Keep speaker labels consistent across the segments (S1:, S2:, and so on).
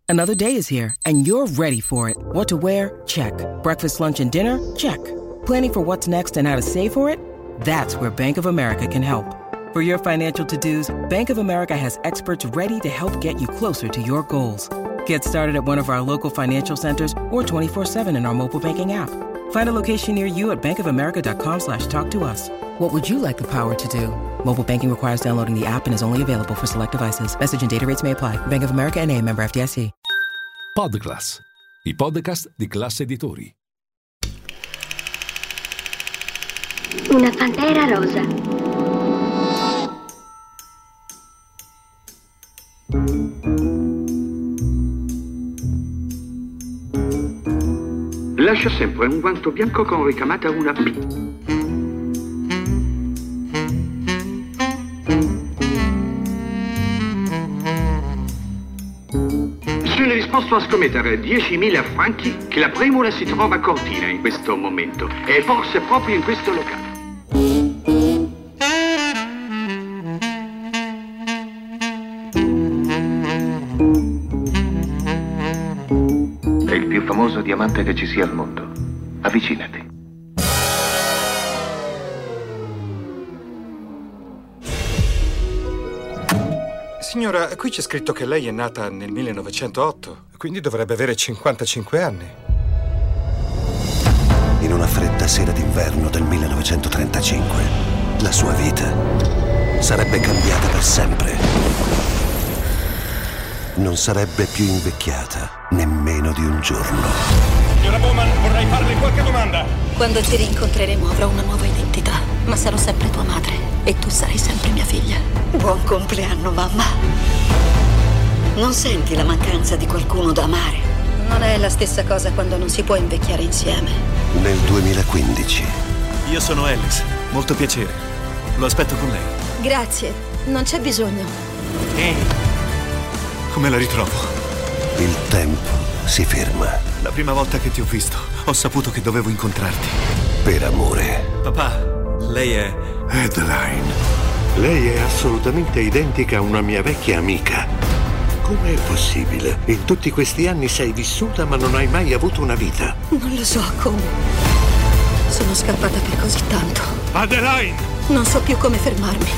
S1: Another day is here, and you're ready for it. What to wear? Check. Breakfast, lunch, and dinner? Check. Planning for what's next and how to save for it? That's where Bank of America can help. For your financial to-dos, Bank of America has experts ready to help get you closer to your goals. Get started at one of our local financial centers or 24/7 in our mobile banking app. Find a location near you at bankofamerica.com/talktous. What would you like the power to do? Mobile banking requires downloading the app and is only available for select devices. Message and data rates may apply. Bank of America N.A., member FDIC.
S2: Podclass, i podcast di Classe Editori.
S3: Una pantera rosa.
S4: Lascia sempre un guanto bianco con ricamata una P. Sono disposto a scommettere 10.000 franchi che la premura si trova a Cortina in questo momento e forse proprio in questo locale.
S5: È il più famoso diamante che ci sia al mondo. Avvicinati.
S6: Signora, qui c'è scritto che lei è nata nel 1908, quindi dovrebbe avere 55 anni.
S7: In una fredda sera d'inverno del 1935, la sua vita sarebbe cambiata per sempre. Non sarebbe più invecchiata nemmeno di un giorno.
S8: Signora Bowman, vorrei farle qualche domanda.
S9: Quando ci rincontreremo avrò una nuova identità, ma sarò sempre tua madre e tu sarai sempre mia figlia.
S10: Buon compleanno, mamma. Non senti la mancanza di qualcuno da amare?
S9: Non è la stessa cosa quando non si può invecchiare insieme.
S7: Nel 2015.
S11: Io sono Alice, molto piacere. Lo aspetto con lei.
S9: Grazie, non c'è bisogno.
S11: Ehi, come la ritrovo?
S7: Il tempo si ferma.
S11: La prima volta che ti ho visto, ho saputo che dovevo incontrarti.
S7: Per amore.
S11: Papà, lei è...
S12: Adeline. Lei è assolutamente identica a una mia vecchia amica. Com'è possibile? In tutti questi anni sei vissuta ma non hai mai avuto una vita.
S9: Non lo so come. Sono scappata per così tanto.
S12: Adeline!
S9: Non so più come fermarmi.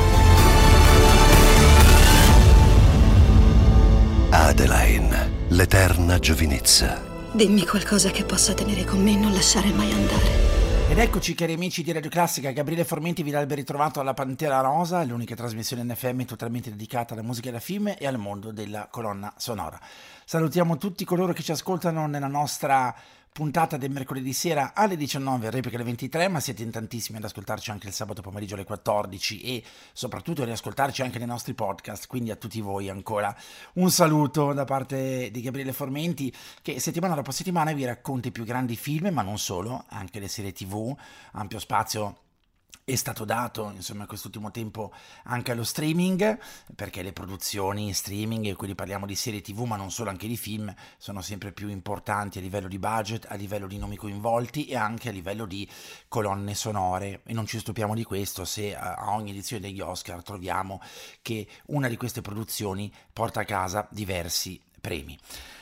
S7: Adeline, l'eterna giovinezza.
S9: Dimmi qualcosa che possa tenere con me e non lasciare mai andare.
S13: Ed eccoci, cari amici di Radio Classica, Gabriele Formenti vi dà il ben ritrovato alla Pantera Rosa, l'unica trasmissione in FM totalmente dedicata alla musica e alla film e al mondo della colonna sonora. Salutiamo tutti coloro che ci ascoltano nella nostra puntata del mercoledì sera alle 19, replica alle 23, ma siete in tantissimi ad ascoltarci anche il sabato pomeriggio alle 14 e soprattutto a riascoltarci anche nei nostri podcast, quindi a tutti voi ancora un saluto da parte di Gabriele Formenti, che settimana dopo settimana vi racconta i più grandi film, ma non solo, anche le serie TV, ampio spazio è stato dato, insomma, quest'ultimo tempo anche allo streaming, perché le produzioni streaming, e quindi parliamo di serie TV, ma non solo, anche di film, sono sempre più importanti a livello di budget, a livello di nomi coinvolti e anche a livello di colonne sonore. E non ci stupiamo di questo se a ogni edizione degli Oscar troviamo che una di queste produzioni porta a casa diversi premi.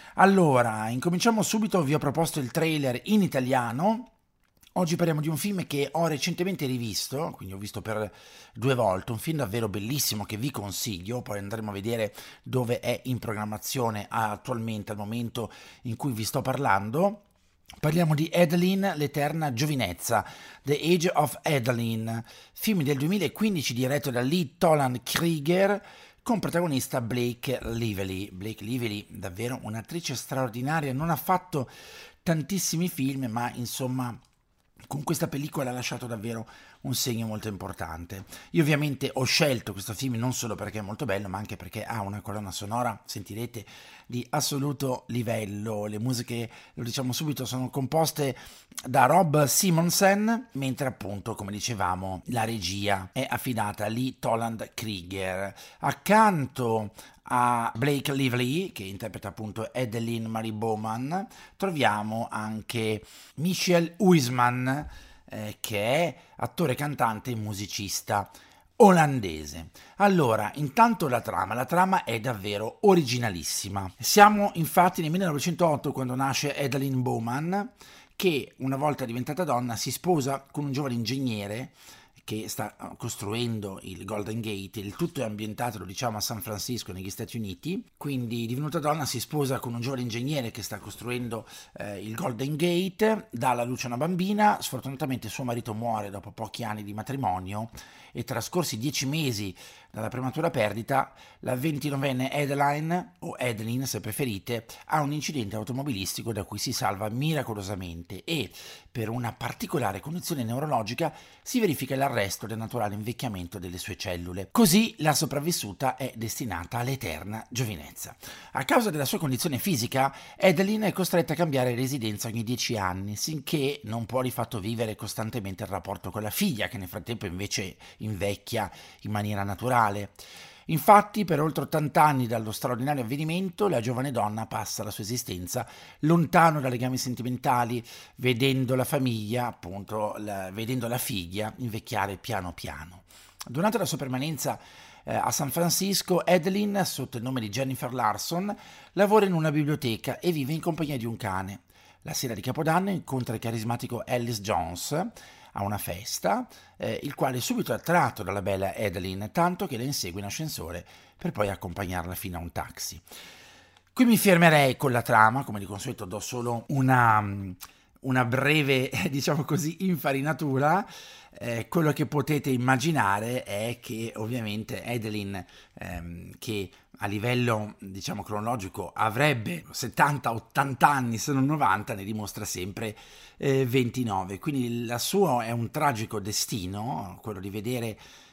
S13: Allora, incominciamo subito. Vi ho proposto il trailer in italiano. Oggi parliamo di un film che ho recentemente rivisto, quindi ho visto per 2 volte, un film davvero bellissimo che vi consiglio, poi andremo a vedere dove è in programmazione attualmente al momento in cui vi sto parlando. Parliamo di Adeline, l'eterna giovinezza, The Age of Adeline, film del 2015 diretto da Lee Toland Krieger, con protagonista Blake Lively. Blake Lively, davvero un'attrice straordinaria, non ha fatto tantissimi film, ma insomma con questa pellicola ha lasciato davvero un segno molto importante. Io ovviamente ho scelto questo film non solo perché è molto bello, ma anche perché ha una colonna sonora, sentirete, di assoluto livello. Le musiche, lo diciamo subito, sono composte da Rob Simonsen, mentre appunto, come dicevamo, la regia è affidata a Lee Toland Krieger. Accanto a Blake Lively, che interpreta appunto Adeline Marie Bowman, troviamo anche Michiel Huisman, che è attore, cantante e musicista. olandese. Allora, intanto la trama è davvero originalissima. Siamo infatti nel 1908 quando nasce Adeline Bowman, che una volta diventata donna si sposa con un giovane ingegnere che sta costruendo il Golden Gate. Il tutto è ambientato, lo diciamo, a San Francisco, negli Stati Uniti. Quindi, divenuta donna, si sposa con un giovane ingegnere che sta costruendo il Golden Gate, dà alla luce una bambina. Sfortunatamente suo marito muore dopo pochi anni di matrimonio e trascorsi 10 mesi dalla prematura perdita, la 29enne Adeline, o Adeline se preferite, ha un incidente automobilistico da cui si salva miracolosamente e, per una particolare condizione neurologica, si verifica l'arresto del naturale invecchiamento delle sue cellule. Così la sopravvissuta è destinata all'eterna giovinezza. A causa della sua condizione fisica, Adeline è costretta a cambiare residenza ogni 10 anni, sinché non può di fatto vivere costantemente il rapporto con la figlia, che nel frattempo invece invecchia in maniera naturale. Infatti, per oltre 80 anni dallo straordinario avvenimento, la giovane donna passa la sua esistenza lontano da legami sentimentali, vedendo la famiglia, appunto, vedendo la figlia invecchiare piano piano. Durante la sua permanenza a San Francisco, Adeline, sotto il nome di Jennifer Larson, lavora in una biblioteca e vive in compagnia di un cane. La sera di Capodanno incontra il carismatico Ellis Jones a una festa, il quale è subito attratto dalla bella Adeline, tanto che la insegue in ascensore per poi accompagnarla fino a un taxi. Qui mi fermerei con la trama, come di consueto do solo una breve, diciamo così, infarinatura. Quello che potete immaginare è che ovviamente Adeline, che a livello, diciamo, cronologico avrebbe 70-80 anni, se non 90, ne dimostra sempre 29. Quindi la sua è un tragico destino, quello di vedere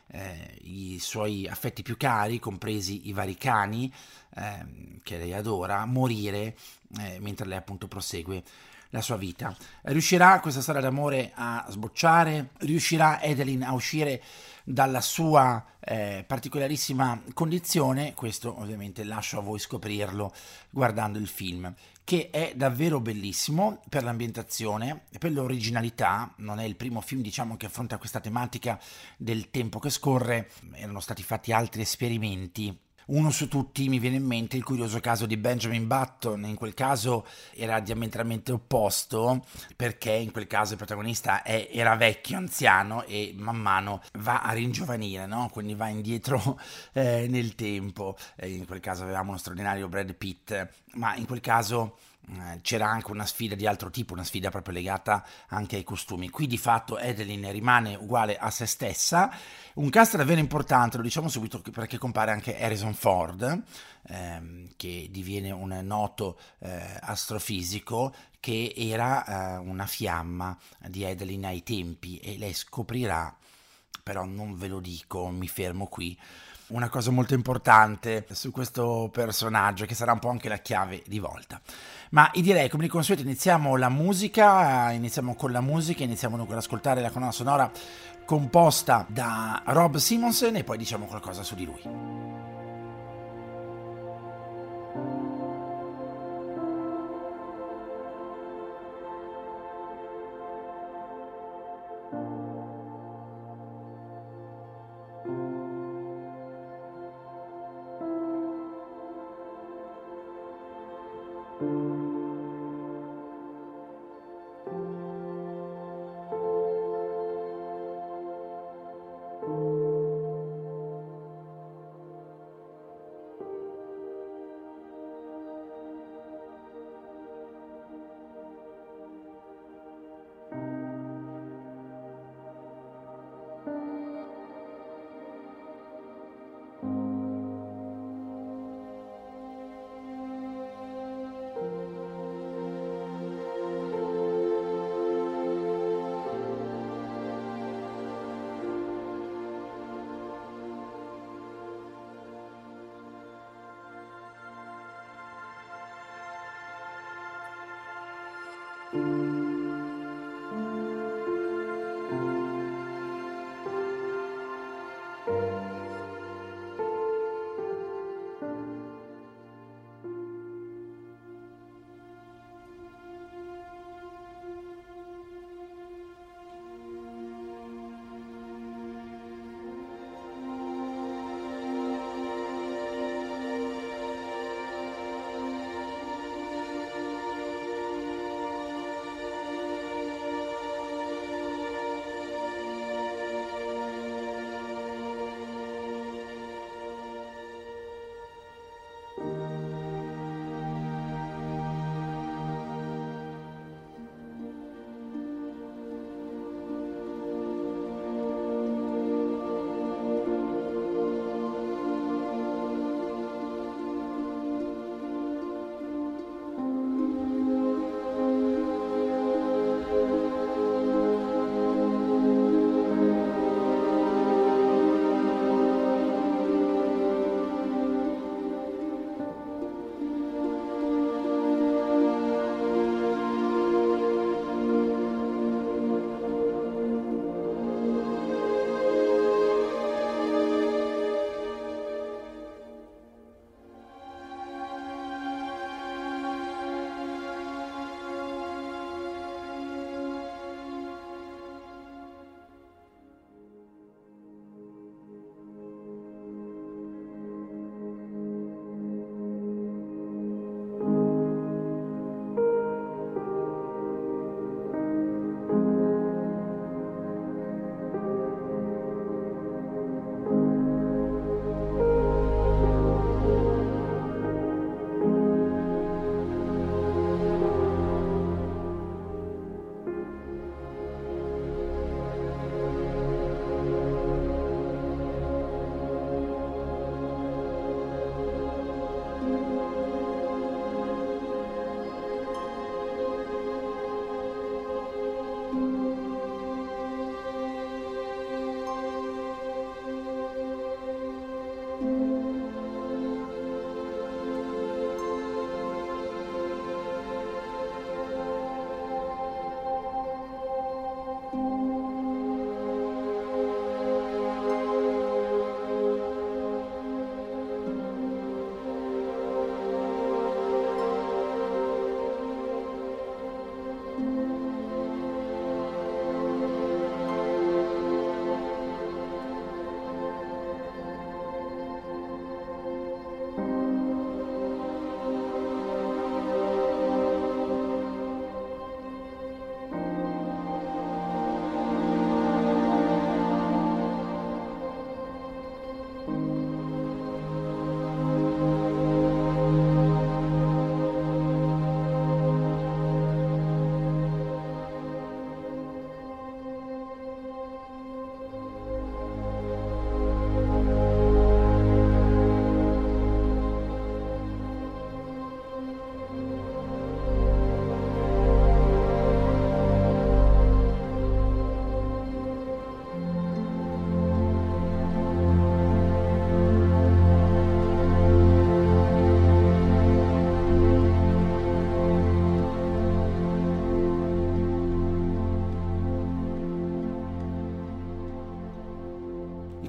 S13: i suoi affetti più cari, compresi i vari cani che lei adora, morire mentre lei appunto prosegue la sua vita. Riuscirà questa storia d'amore a sbocciare? Riuscirà Adeline a uscire dalla sua particolarissima condizione? Questo ovviamente lascio a voi scoprirlo guardando il film, che è davvero bellissimo per l'ambientazione e per l'originalità. Non è il primo film, diciamo, che affronta questa tematica del tempo che scorre. Erano stati fatti altri esperimenti. Uno su tutti mi viene in mente il curioso caso di Benjamin Button. In quel caso era diametralmente opposto, perché in quel caso il protagonista era vecchio, anziano, e man mano va a ringiovanire, no? Quindi va indietro nel tempo. In quel caso avevamo uno straordinario Brad Pitt, ma in quel caso c'era anche una sfida di altro tipo, una sfida proprio legata anche ai costumi. Qui di fatto Adeline rimane uguale a se stessa. Un cast davvero importante, lo diciamo subito perché compare anche Harrison Ford, che diviene un noto astrofisico, che era una fiamma di Adeline ai tempi, e lei scoprirà, però non ve lo dico, mi fermo qui, una cosa molto importante su questo personaggio, che sarà un po' anche la chiave di volta. Ma direi, come di consueto, iniziamo con la musica, iniziamo dunque ad ascoltare la colonna sonora composta da Rob Simonsen e poi diciamo qualcosa su di lui.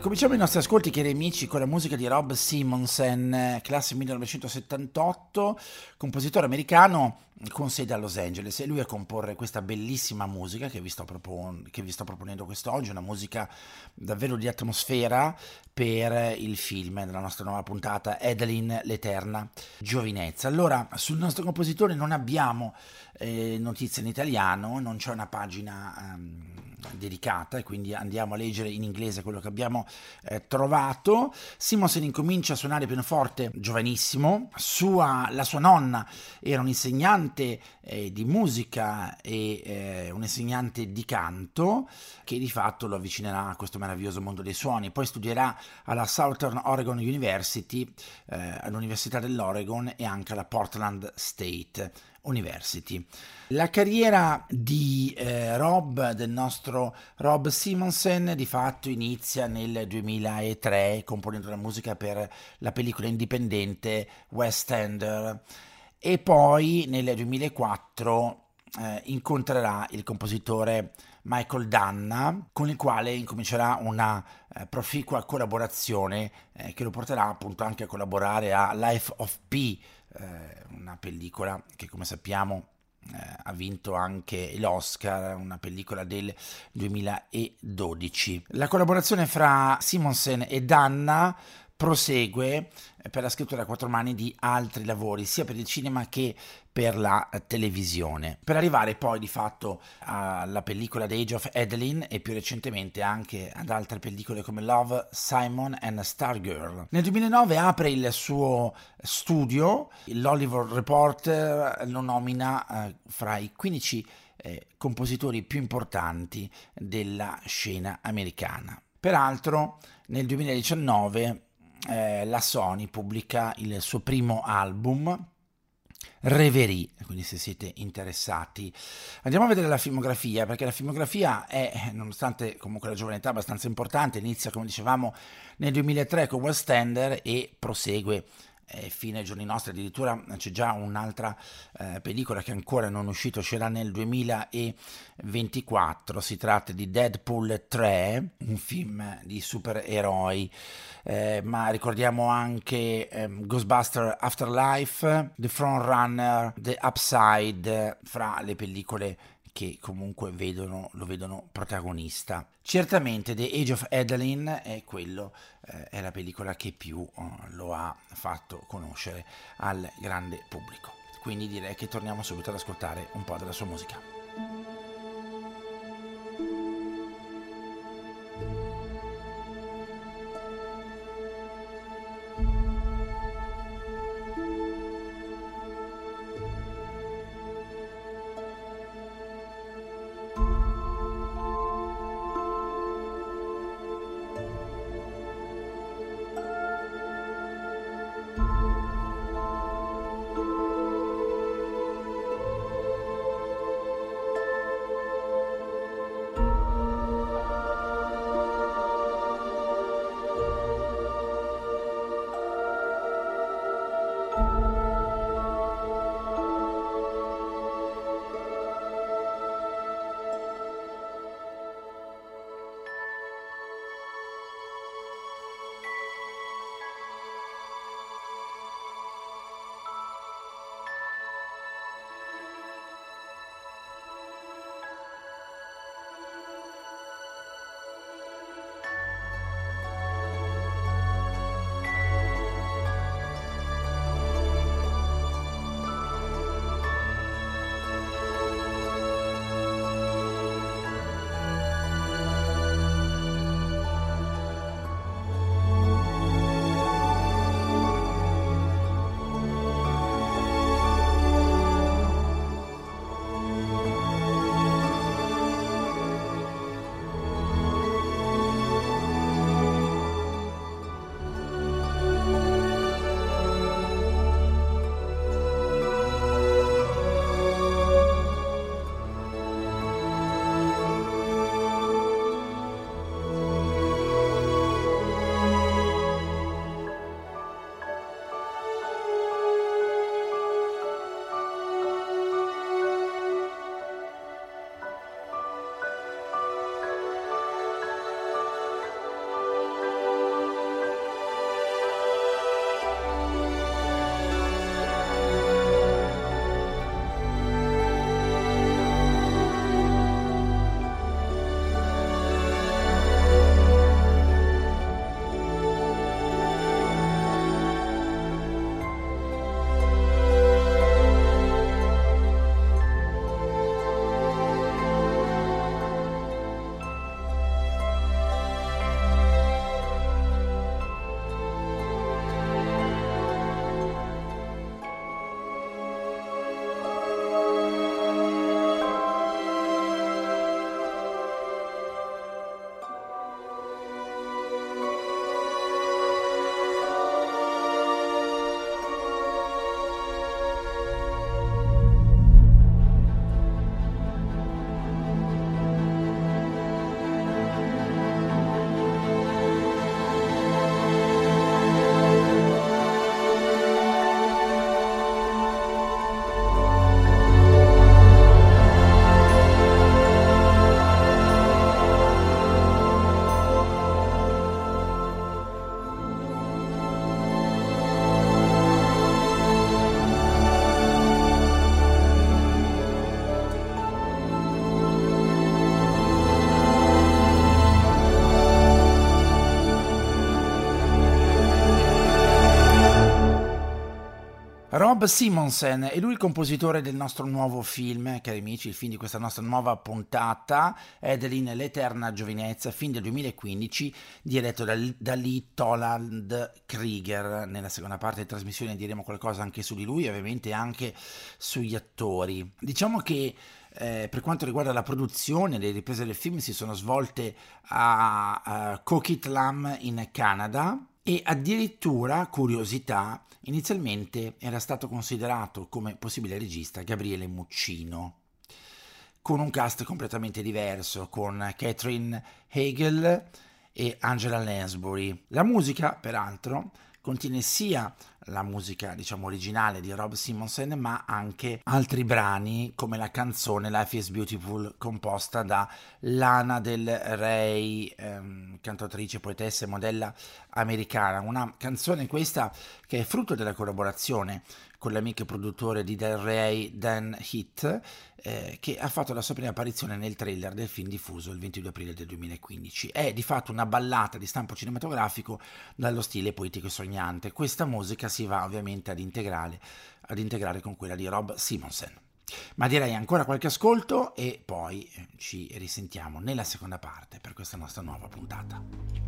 S13: Cominciamo i nostri ascolti, cari amici, con la musica di Rob Simonsen, classe 1978, compositore americano con sede a Los Angeles, e lui a comporre questa bellissima musica che vi sto proponendo quest'oggi, una musica davvero di atmosfera per il film della nostra nuova puntata, Adeline, l'eterna giovinezza. Allora, sul nostro compositore non abbiamo notizie in italiano, non c'è una pagina dedicata, e quindi andiamo a leggere in inglese quello che abbiamo trovato. Simonsen incomincia a suonare pianoforte giovanissimo. La sua nonna era un'insegnante di musica e un'insegnante di canto, che di fatto lo avvicinerà a questo meraviglioso mondo dei suoni. Poi studierà alla Southern Oregon University, all'Università dell'Oregon, e anche alla Portland State University. La carriera di del nostro Rob Simonsen, di fatto inizia nel 2003 componendo la musica per la pellicola indipendente West End, e poi nel 2004 incontrerà il compositore Michael Danna, con il quale incomincerà una proficua collaborazione che lo porterà appunto anche a collaborare a Life of Pi, una pellicola che, come sappiamo, ha vinto anche l'Oscar, una pellicola del 2012. La collaborazione fra Simonsen e Danna prosegue per la scrittura a quattro mani di altri lavori, sia per il cinema che per la televisione, per arrivare poi di fatto alla pellicola The Age of Adeline e più recentemente anche ad altre pellicole come Love, Simon and Stargirl. Nel 2009 apre il suo studio, l'Hollywood Reporter lo nomina fra i 15 compositori più importanti della scena americana. Peraltro nel 2019 la Sony pubblica il suo primo album, Reverie, quindi se siete interessati andiamo a vedere la filmografia, perché la filmografia è, nonostante comunque la giovane età, abbastanza importante. Inizia, come dicevamo, nel 2003 con West End e prosegue fino ai giorni nostri. Addirittura c'è già un'altra pellicola che ancora non è uscita, uscirà nel 2024. Si tratta di Deadpool 3, un film di supereroi, ma ricordiamo anche Ghostbusters Afterlife, The Frontrunner, The Upside, fra le pellicole che comunque lo vedono protagonista. Certamente The Age of Adeline è la pellicola che più lo ha fatto conoscere al grande pubblico. Quindi direi che torniamo subito ad ascoltare un po' della sua musica. Rob Simonsen è lui il compositore del nostro nuovo film, cari amici, il film di questa nostra nuova puntata, Adeline, l'eterna giovinezza, film del 2015, diretto da Lee Toland Krieger. Nella seconda parte di trasmissione diremo qualcosa anche su di lui e ovviamente anche sugli attori. Diciamo che per quanto riguarda la produzione, le riprese del film si sono svolte a Coquitlam in Canada e addirittura, curiosità, inizialmente era stato considerato come possibile regista Gabriele Muccino, con un cast completamente diverso, con Catherine Hagel e Angela Lansbury. La musica, peraltro, contiene sia la musica, diciamo, originale di Rob Simonsen, ma anche altri brani come la canzone Life is Beautiful, composta da Lana Del Rey, cantautrice, poetessa e modella americana. Una canzone questa che è frutto della collaborazione con l'amico produttore di Del Rey, Dan Heath, che ha fatto la sua prima apparizione nel trailer del film diffuso il 22 aprile del 2015. È di fatto una ballata di stampo cinematografico dallo stile poetico e sognante. Questa musica si va ovviamente ad integrare con quella di Rob Simonsen. Ma direi ancora qualche ascolto e poi ci risentiamo nella seconda parte per questa nostra nuova puntata.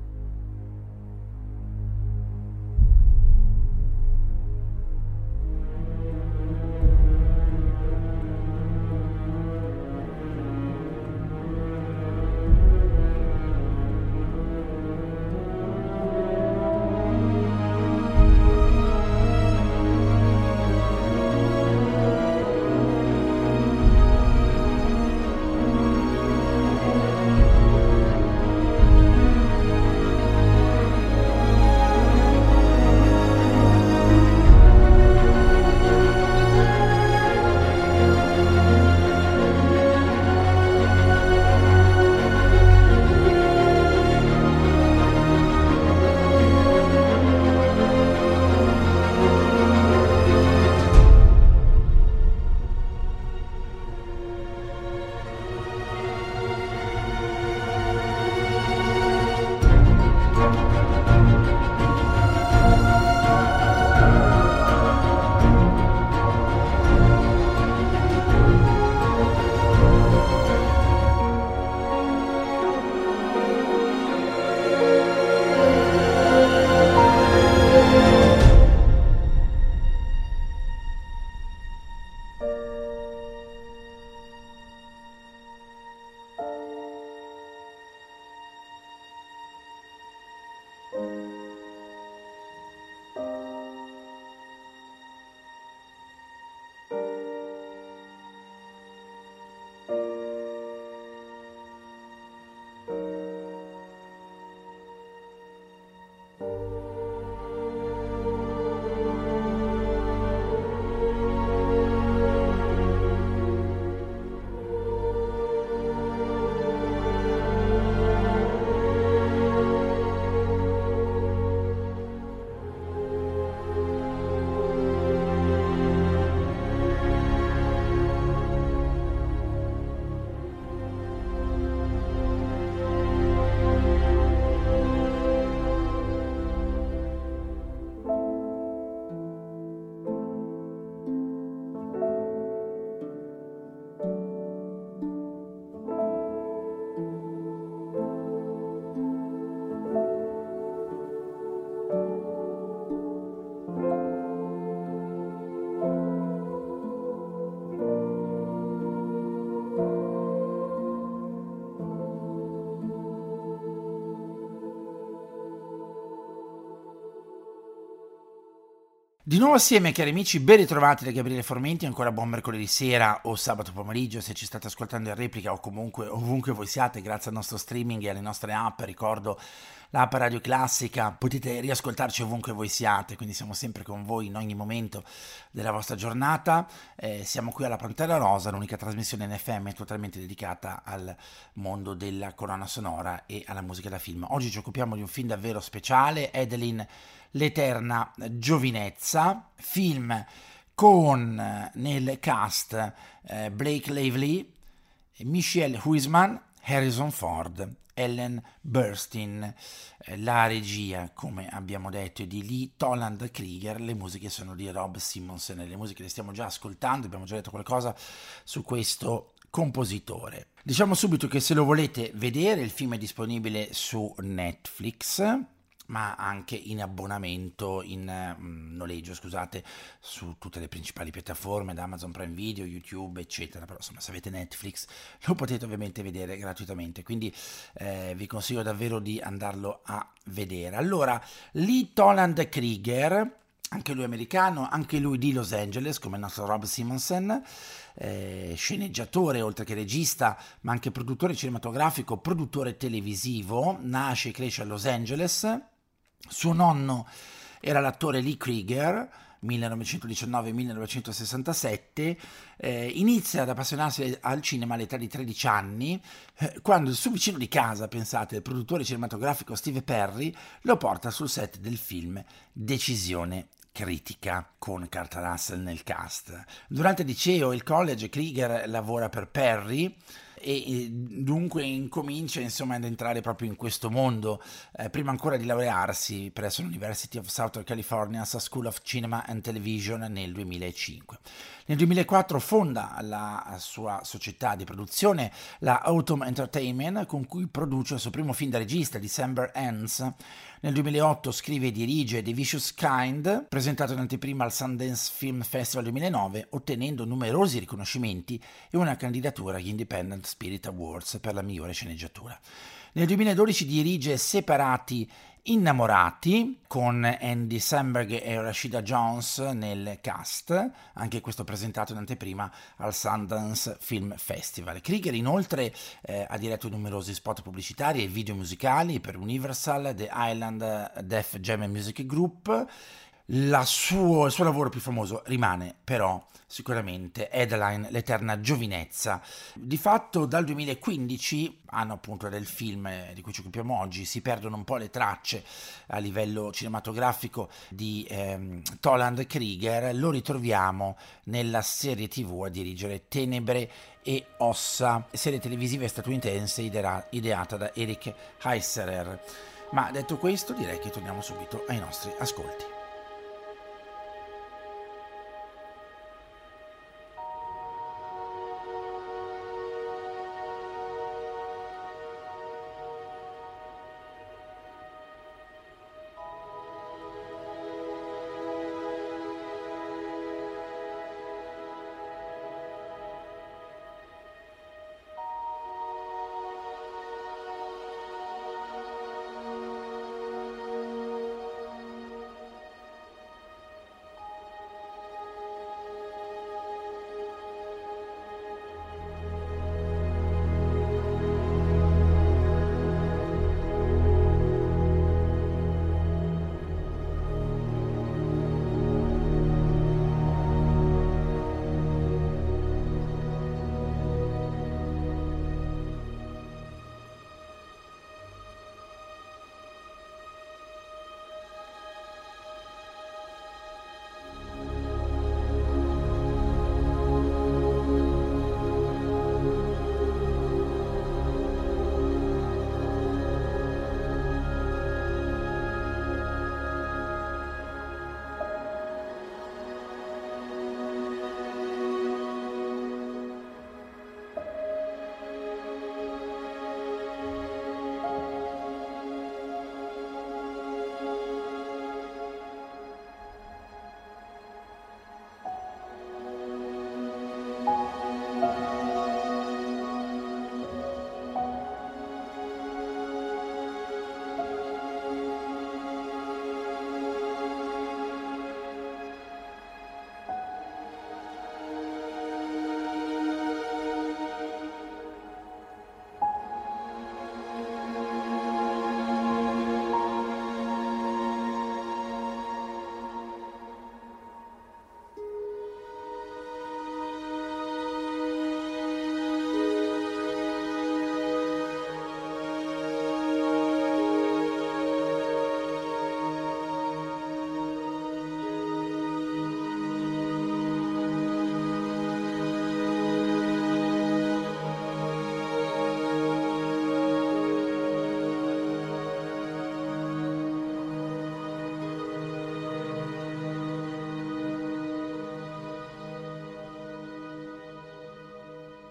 S13: Di nuovo assieme, cari amici, ben ritrovati da Gabriele Formenti, ancora buon mercoledì sera o sabato pomeriggio se ci state ascoltando in replica o comunque ovunque voi siate grazie al nostro streaming e alle nostre app. Ricordo l'app Radio Classica, potete riascoltarci ovunque voi siate, quindi siamo sempre con voi in ogni momento della vostra giornata. Siamo qui alla Pantera Rosa, l'unica trasmissione in FM totalmente dedicata al mondo della colonna sonora e alla musica da film. Oggi ci occupiamo di un film davvero speciale, Adeline, l'eterna giovinezza, film con nel cast Blake Lively, Michelle Huisman, Harrison Ford Ellen Burstyn. La regia, come abbiamo detto, è di Lee Toland Krieger, le musiche sono di Rob Simonsen, le musiche le stiamo già ascoltando, abbiamo già detto qualcosa su questo compositore. Diciamo subito che se lo volete vedere il film è disponibile su Netflix, ma anche in abbonamento, in noleggio, scusate, su tutte le principali piattaforme, da Amazon Prime Video, YouTube, eccetera. Però insomma, se avete Netflix lo potete ovviamente vedere gratuitamente, quindi vi consiglio davvero di andarlo a vedere. Allora, Lee Toland Krieger, anche lui americano, anche lui di Los Angeles, come il nostro Rob Simonsen, sceneggiatore oltre che regista, ma anche produttore cinematografico, produttore televisivo, nasce e cresce a Los Angeles. Suo nonno era l'attore Lee Krieger, 1919-1967, inizia ad appassionarsi al cinema all'età di 13 anni, quando il suo vicino di casa, pensate, il produttore cinematografico Steve Perry, lo porta sul set del film Decisione critica, con Kurt Russell nel cast. Durante il liceo e il college Krieger lavora per Perry e dunque incomincia insomma ad entrare proprio in questo mondo, prima ancora di laurearsi presso l'University of Southern California's School of Cinema and Television nel 2005. Nel 2004 fonda la sua società di produzione, la Autumn Entertainment, con cui produce il suo primo film da regista, December Ends. Nel 2008 scrive e dirige The Vicious Kind, presentato in anteprima al Sundance Film Festival 2009, ottenendo numerosi riconoscimenti e una candidatura agli Independent Spirit Awards per la migliore sceneggiatura. Nel 2012 dirige Separati Innamorati con Andy Samberg e Rashida Jones nel cast, anche questo presentato in anteprima al Sundance Film Festival. Krieger inoltre ha diretto numerosi spot pubblicitari e video musicali per Universal, The Island Def Jam Music Group. Il suo lavoro più famoso rimane però sicuramente Adeline, l'eterna giovinezza. Di fatto dal 2015, anno appunto del film di cui ci occupiamo oggi, si perdono un po' le tracce a livello cinematografico di Toland Krieger. Lo ritroviamo nella serie TV a dirigere Tenebre e Ossa, serie televisiva statunitense ideata da Eric Heisserer. Ma detto questo, direi che torniamo subito ai nostri ascolti.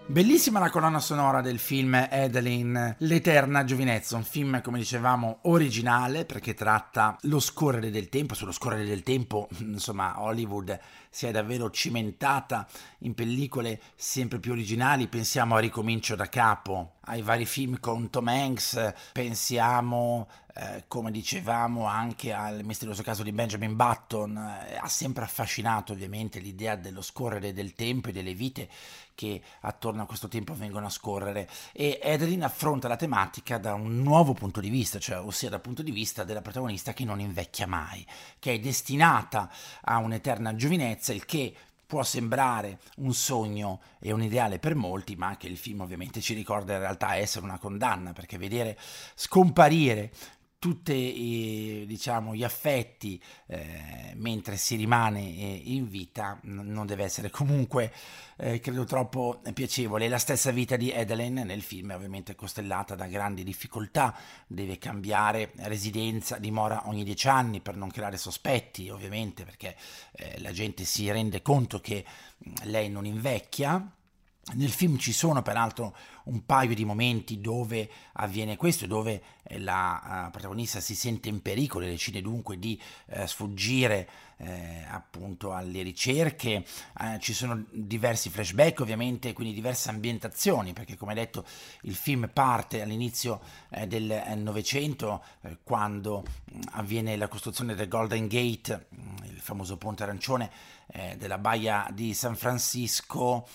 S13: Bellissima la colonna sonora del film Adeline, l'eterna giovinezza, un film, come dicevamo, originale perché tratta lo scorrere del tempo. Sullo scorrere del tempo, insomma, Hollywood si è davvero cimentata in pellicole sempre più originali. Pensiamo a Ricomincio da capo, ai vari film con Tom Hanks, pensiamo, come dicevamo, anche al misterioso caso di Benjamin Button. Ha sempre affascinato ovviamente l'idea dello scorrere del tempo e delle vite che attorno a questo tempo vengono a scorrere, e Adeline affronta la tematica da un nuovo punto di vista, cioè ossia dal punto di vista della protagonista che non invecchia mai, che è destinata a un'eterna giovinezza, il che può sembrare un sogno e un ideale per molti, ma anche il film ovviamente ci ricorda in realtà essere una condanna, perché vedere scomparire tutti gli affetti mentre si rimane in vita non deve essere comunque credo troppo piacevole. La stessa vita di Adeline nel film è ovviamente costellata da grandi difficoltà, deve cambiare residenza, dimora ogni 10 anni per non creare sospetti, ovviamente, perché la gente si rende conto che lei non invecchia. Nel film ci sono peraltro un paio di momenti dove avviene questo, dove la protagonista si sente in pericolo e decide dunque di sfuggire appunto alle ricerche. Ci sono diversi flashback ovviamente, quindi diverse ambientazioni, perché come detto il film parte all'inizio del Novecento, quando avviene la costruzione del Golden Gate, il famoso ponte arancione della baia di San Francisco,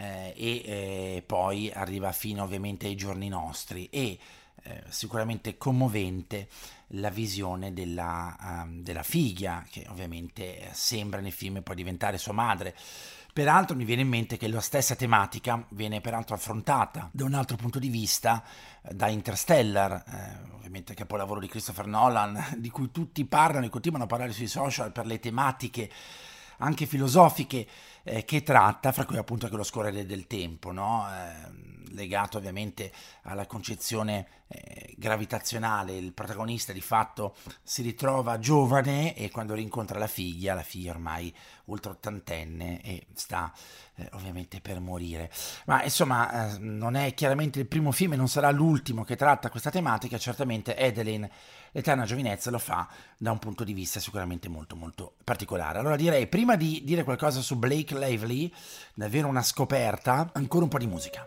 S13: e poi arriva fino ovviamente ai giorni nostri, e sicuramente commovente la visione della figlia, che ovviamente sembra nel film poi diventare sua madre. Peraltro mi viene in mente che la stessa tematica viene peraltro affrontata da un altro punto di vista da Interstellar, ovviamente capolavoro di Christopher Nolan, di cui tutti parlano e continuano a parlare sui social per le tematiche anche filosofiche che tratta, fra cui appunto anche lo scorrere del tempo, no? Legato ovviamente alla concezione gravitazionale. Il protagonista di fatto si ritrova giovane e quando rincontra la figlia ormai ultra ottantenne e sta ovviamente per morire. Ma insomma non è chiaramente il primo film e non sarà l'ultimo che tratta questa tematica. Certamente Adeline, l'eterna giovinezza, lo fa da un punto di vista sicuramente molto molto particolare. Allora direi, prima di dire qualcosa su Blake Lively, davvero una scoperta, ancora un po' di musica.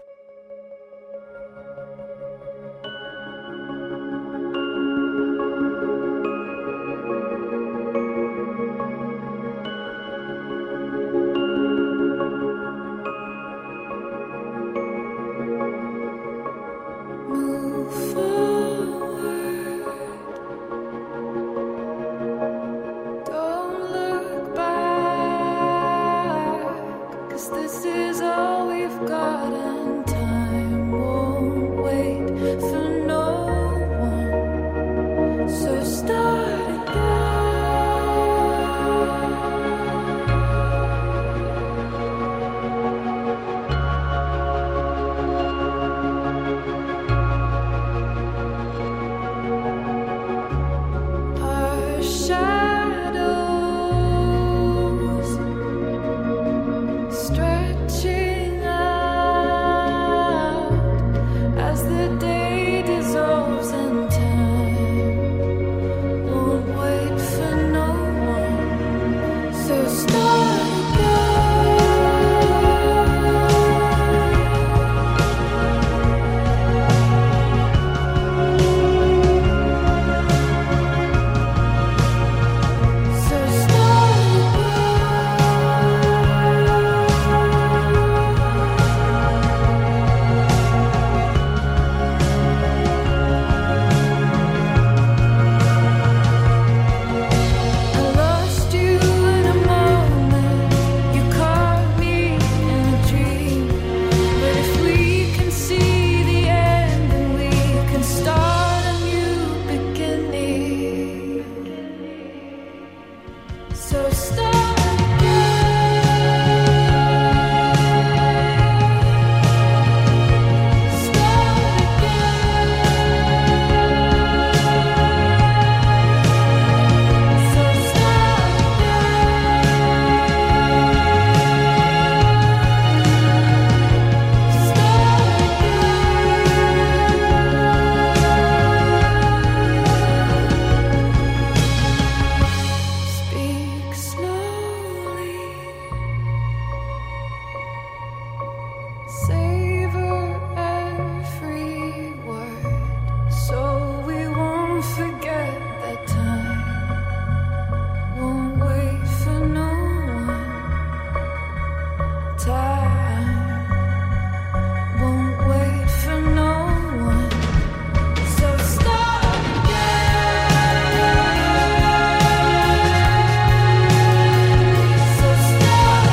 S14: This is all we've got, and time won't wait for no one. So start again. Our shadows stretching out, and savor every word, so we won't forget that time won't wait for no one. Time won't wait for no one. So start again. So start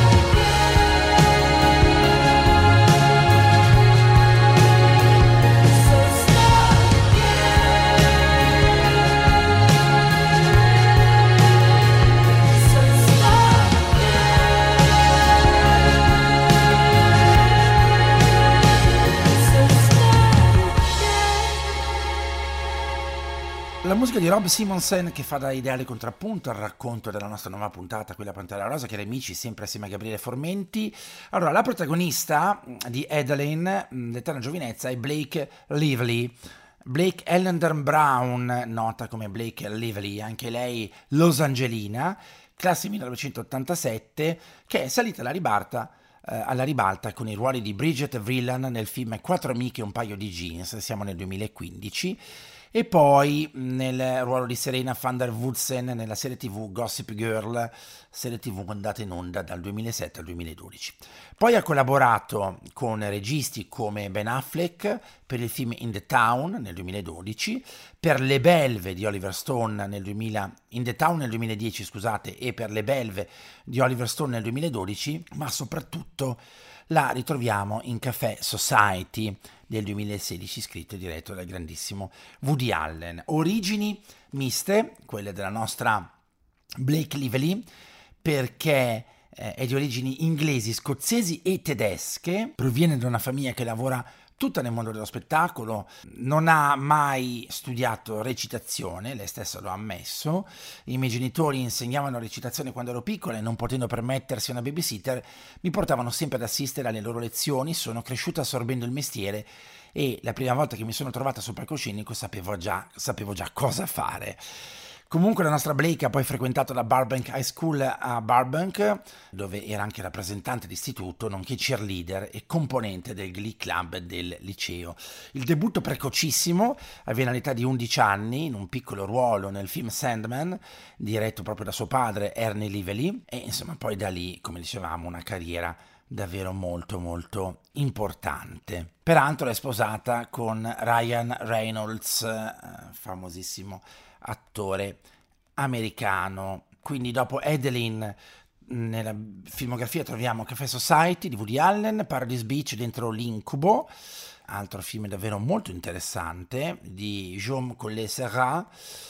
S13: La musica di Rob Simonsen che fa da ideale contrappunto al racconto della nostra nuova puntata, quella Pantera Rosa, che era amici sempre assieme a Gabriele Formenti. Allora, la protagonista di Adeline, l'eterna giovinezza, è Blake Lively. Blake Ellender Brown, nota come Blake Lively, anche lei losangelina, classe 1987, che è salita alla ribalta con i ruoli di Bridget Villan nel film Quattro amiche e un paio di jeans, siamo nel 2015, e poi nel ruolo di Serena van der Woodsen nella serie TV Gossip Girl, serie TV andata in onda dal 2007 al 2012. Poi ha collaborato con registi come Ben Affleck per il film In the Town nel 2012, per Le Belve di Oliver Stone In the Town nel 2010, scusate, e per Le Belve di Oliver Stone nel 2012, ma soprattutto la ritroviamo in Café Society del 2016, scritto e diretto dal grandissimo Woody Allen. Origini miste, quelle della nostra Blake Lively, perché è di origini inglesi, scozzesi e tedesche, proviene da una famiglia che lavora tutta nel mondo dello spettacolo, non ha mai studiato recitazione, lei stessa lo ha ammesso. I miei genitori insegnavano recitazione quando ero piccola e non potendo permettersi una babysitter mi portavano sempre ad assistere alle loro lezioni. Sono cresciuta assorbendo il mestiere e la prima volta che mi sono trovata sul palcoscenico sapevo già cosa fare. Comunque la nostra Blake ha poi frequentato la Burbank High School a Burbank, dove era anche rappresentante d'istituto, nonché cheerleader e componente del Glee Club del liceo. Il debutto precocissimo avviene all'età di 11 anni, in un piccolo ruolo nel film Sandman, diretto proprio da suo padre Ernie Lively, e insomma poi da lì, come dicevamo, una carriera davvero molto molto importante. Peraltro è sposata con Ryan Reynolds, famosissimo attore americano. Quindi dopo Adeline nella filmografia troviamo Café Society di Woody Allen, Paradise Beach dentro l'Incubo, altro film davvero molto interessante di Jaume Collet-Serra,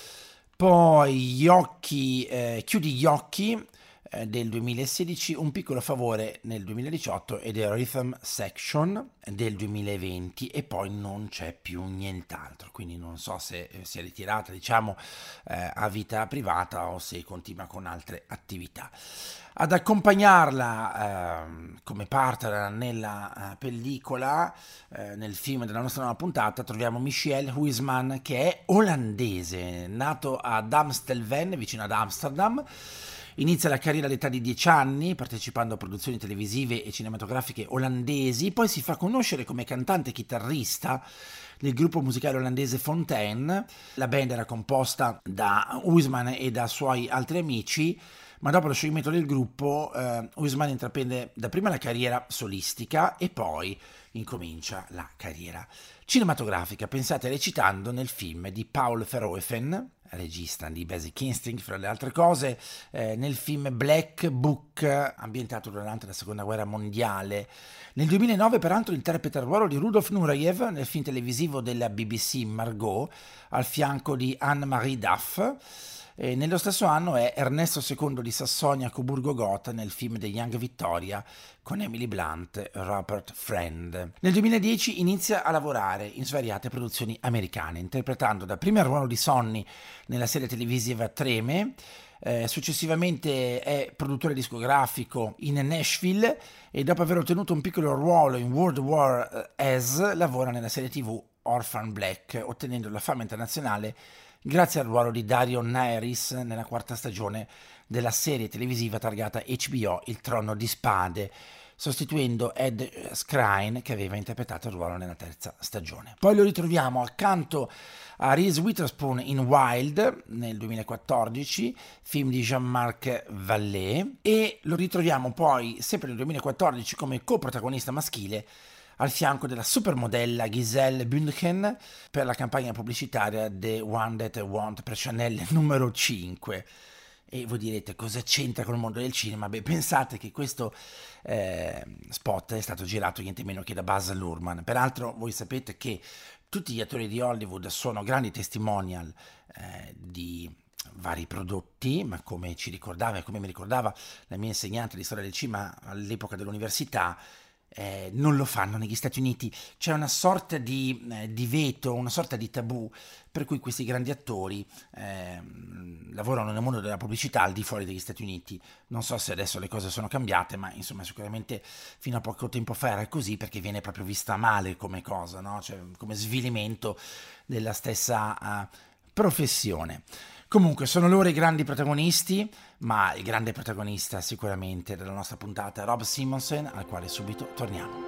S13: poi Chiudi gli occhi del 2016, Un piccolo favore nel 2018 e The Rhythm Section del 2020, e poi non c'è più nient'altro, quindi non so se si è ritirata, diciamo, a vita privata o se continua con altre attività. Ad accompagnarla come partner nella pellicola, nel film della nostra nuova puntata, troviamo Michiel Huisman, che è olandese, nato ad Amstelveen, vicino ad Amsterdam. Inizia la carriera all'età di 10 anni, partecipando a produzioni televisive e cinematografiche olandesi, poi si fa conoscere come cantante e chitarrista del gruppo musicale olandese Fontaine. La band era composta da Huisman e da suoi altri amici, ma dopo lo scioglimento del gruppo Huisman intraprende dapprima la carriera solistica e poi incomincia la carriera cinematografica, pensate, recitando nel film di Paul Verhoeven, regista di Basic Instinct, fra le altre cose, nel film Black Book, ambientato durante la Seconda Guerra Mondiale. Nel 2009, peraltro, interpreta il ruolo di Rudolf Nureyev nel film televisivo della BBC Margot, al fianco di Anne-Marie Duff. Nello stesso anno è Ernesto II di Sassonia-Coburgo-Gotha nel film The Young Victoria con Emily Blunt e Robert Friend. Nel 2010 inizia a lavorare in svariate produzioni americane, interpretando dapprima il ruolo di Sonny nella serie televisiva Treme. Successivamente è produttore discografico in Nashville e dopo aver ottenuto un piccolo ruolo in World War S lavora nella serie TV Orphan Black, ottenendo la fama internazionale grazie al ruolo di Dario Naeris nella quarta stagione della serie televisiva targata HBO Il Trono di Spade. sostituendo Ed Skrein, che aveva interpretato il ruolo nella terza stagione. Poi lo ritroviamo accanto a Reese Witherspoon in Wild nel 2014, film di Jean-Marc Vallée, e lo ritroviamo poi sempre nel 2014 come coprotagonista maschile al fianco della supermodella Giselle Bündchen per la campagna pubblicitaria The One That I Want per Chanel numero 5. E voi direte, cosa c'entra con il mondo del cinema? Beh, pensate che questo spot è stato girato niente meno che da Baz Luhrmann. Peraltro voi sapete che tutti gli attori di Hollywood sono grandi testimonial di vari prodotti, ma come ci ricordava e come mi ricordava la mia insegnante di storia del cinema all'epoca dell'università, non lo fanno negli Stati Uniti. C'è una sorta di veto, una sorta di tabù, per cui questi grandi attori lavorano nel mondo della pubblicità al di fuori degli Stati Uniti. Non so se adesso le cose sono cambiate, ma insomma sicuramente fino a poco tempo fa era così, perché viene proprio vista male come cosa, no? Cioè, come svilimento della stessa professione. Comunque sono loro i grandi protagonisti, ma il grande protagonista sicuramente della nostra puntata è Rob Simonsen, al quale subito torniamo.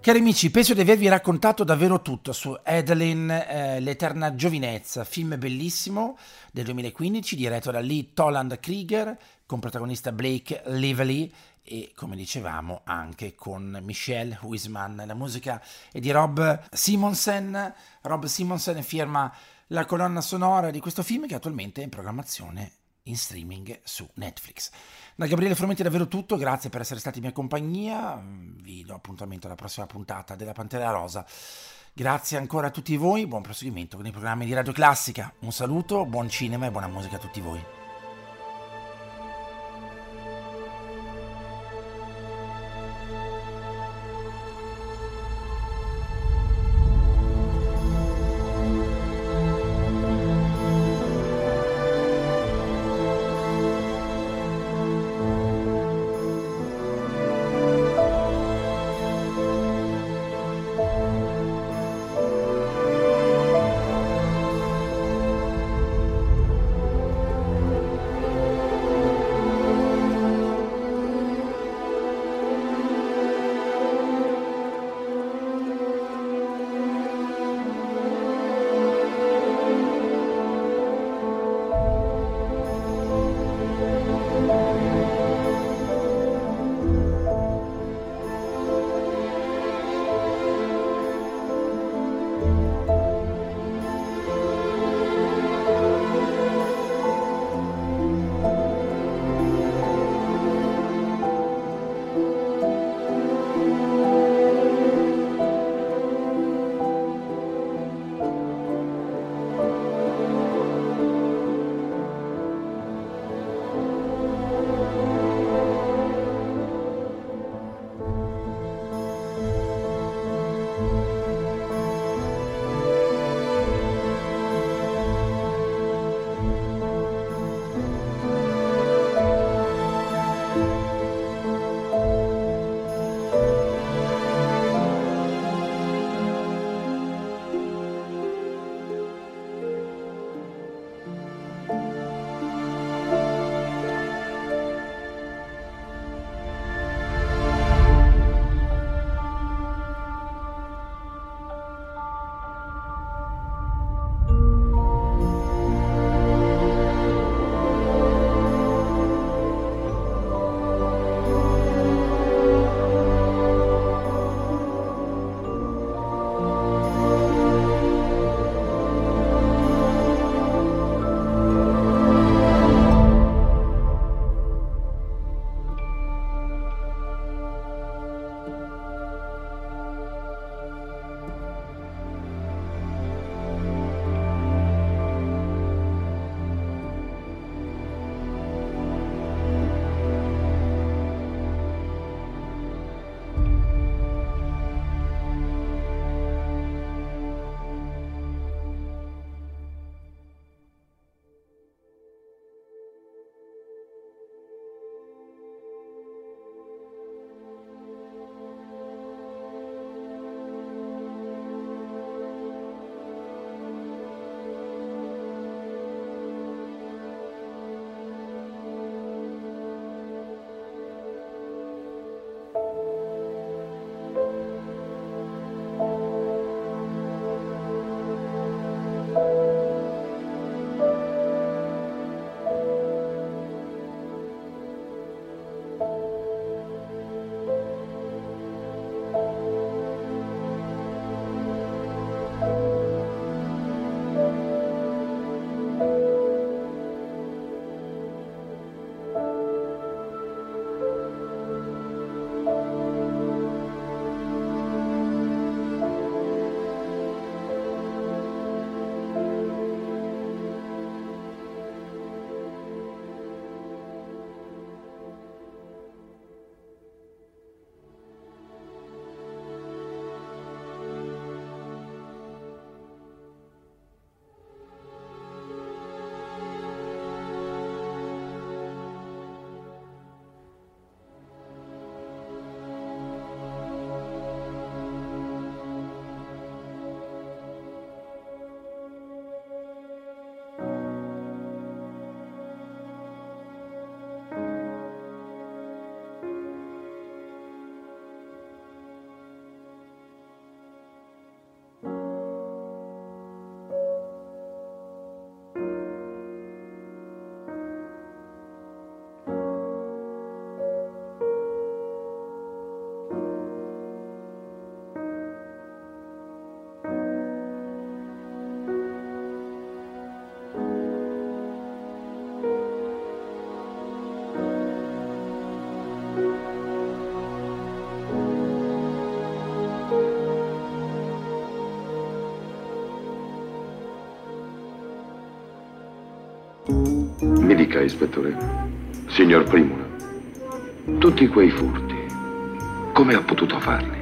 S13: Cari amici, penso di avervi raccontato davvero tutto su Adeline, l'eterna giovinezza, film bellissimo del 2015 diretto da Lee Toland Krieger con protagonista Blake Lively e, come dicevamo, anche con Michelle Huisman. La musica è di Rob Simonsen. Rob Simonsen firma la colonna sonora di questo film che attualmente è in programmazione in streaming su Netflix. Da Gabriele Fromenti è davvero tutto, grazie per essere stati in mia compagnia, vi do appuntamento alla prossima puntata della Pantera Rosa. Grazie ancora a tutti voi, buon proseguimento con i programmi di Radio Classica, un saluto, buon cinema e buona musica a tutti voi.
S15: Mi dica, ispettore, signor Primula, tutti quei furti, come ha potuto farli?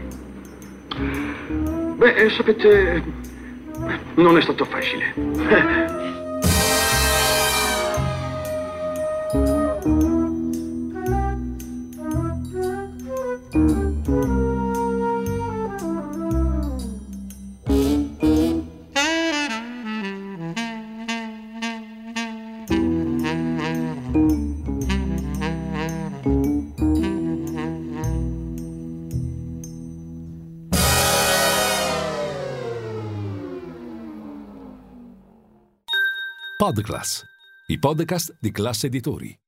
S4: Beh, sapete, non è stato facile.
S2: Podclass, i podcast di Classe Editori.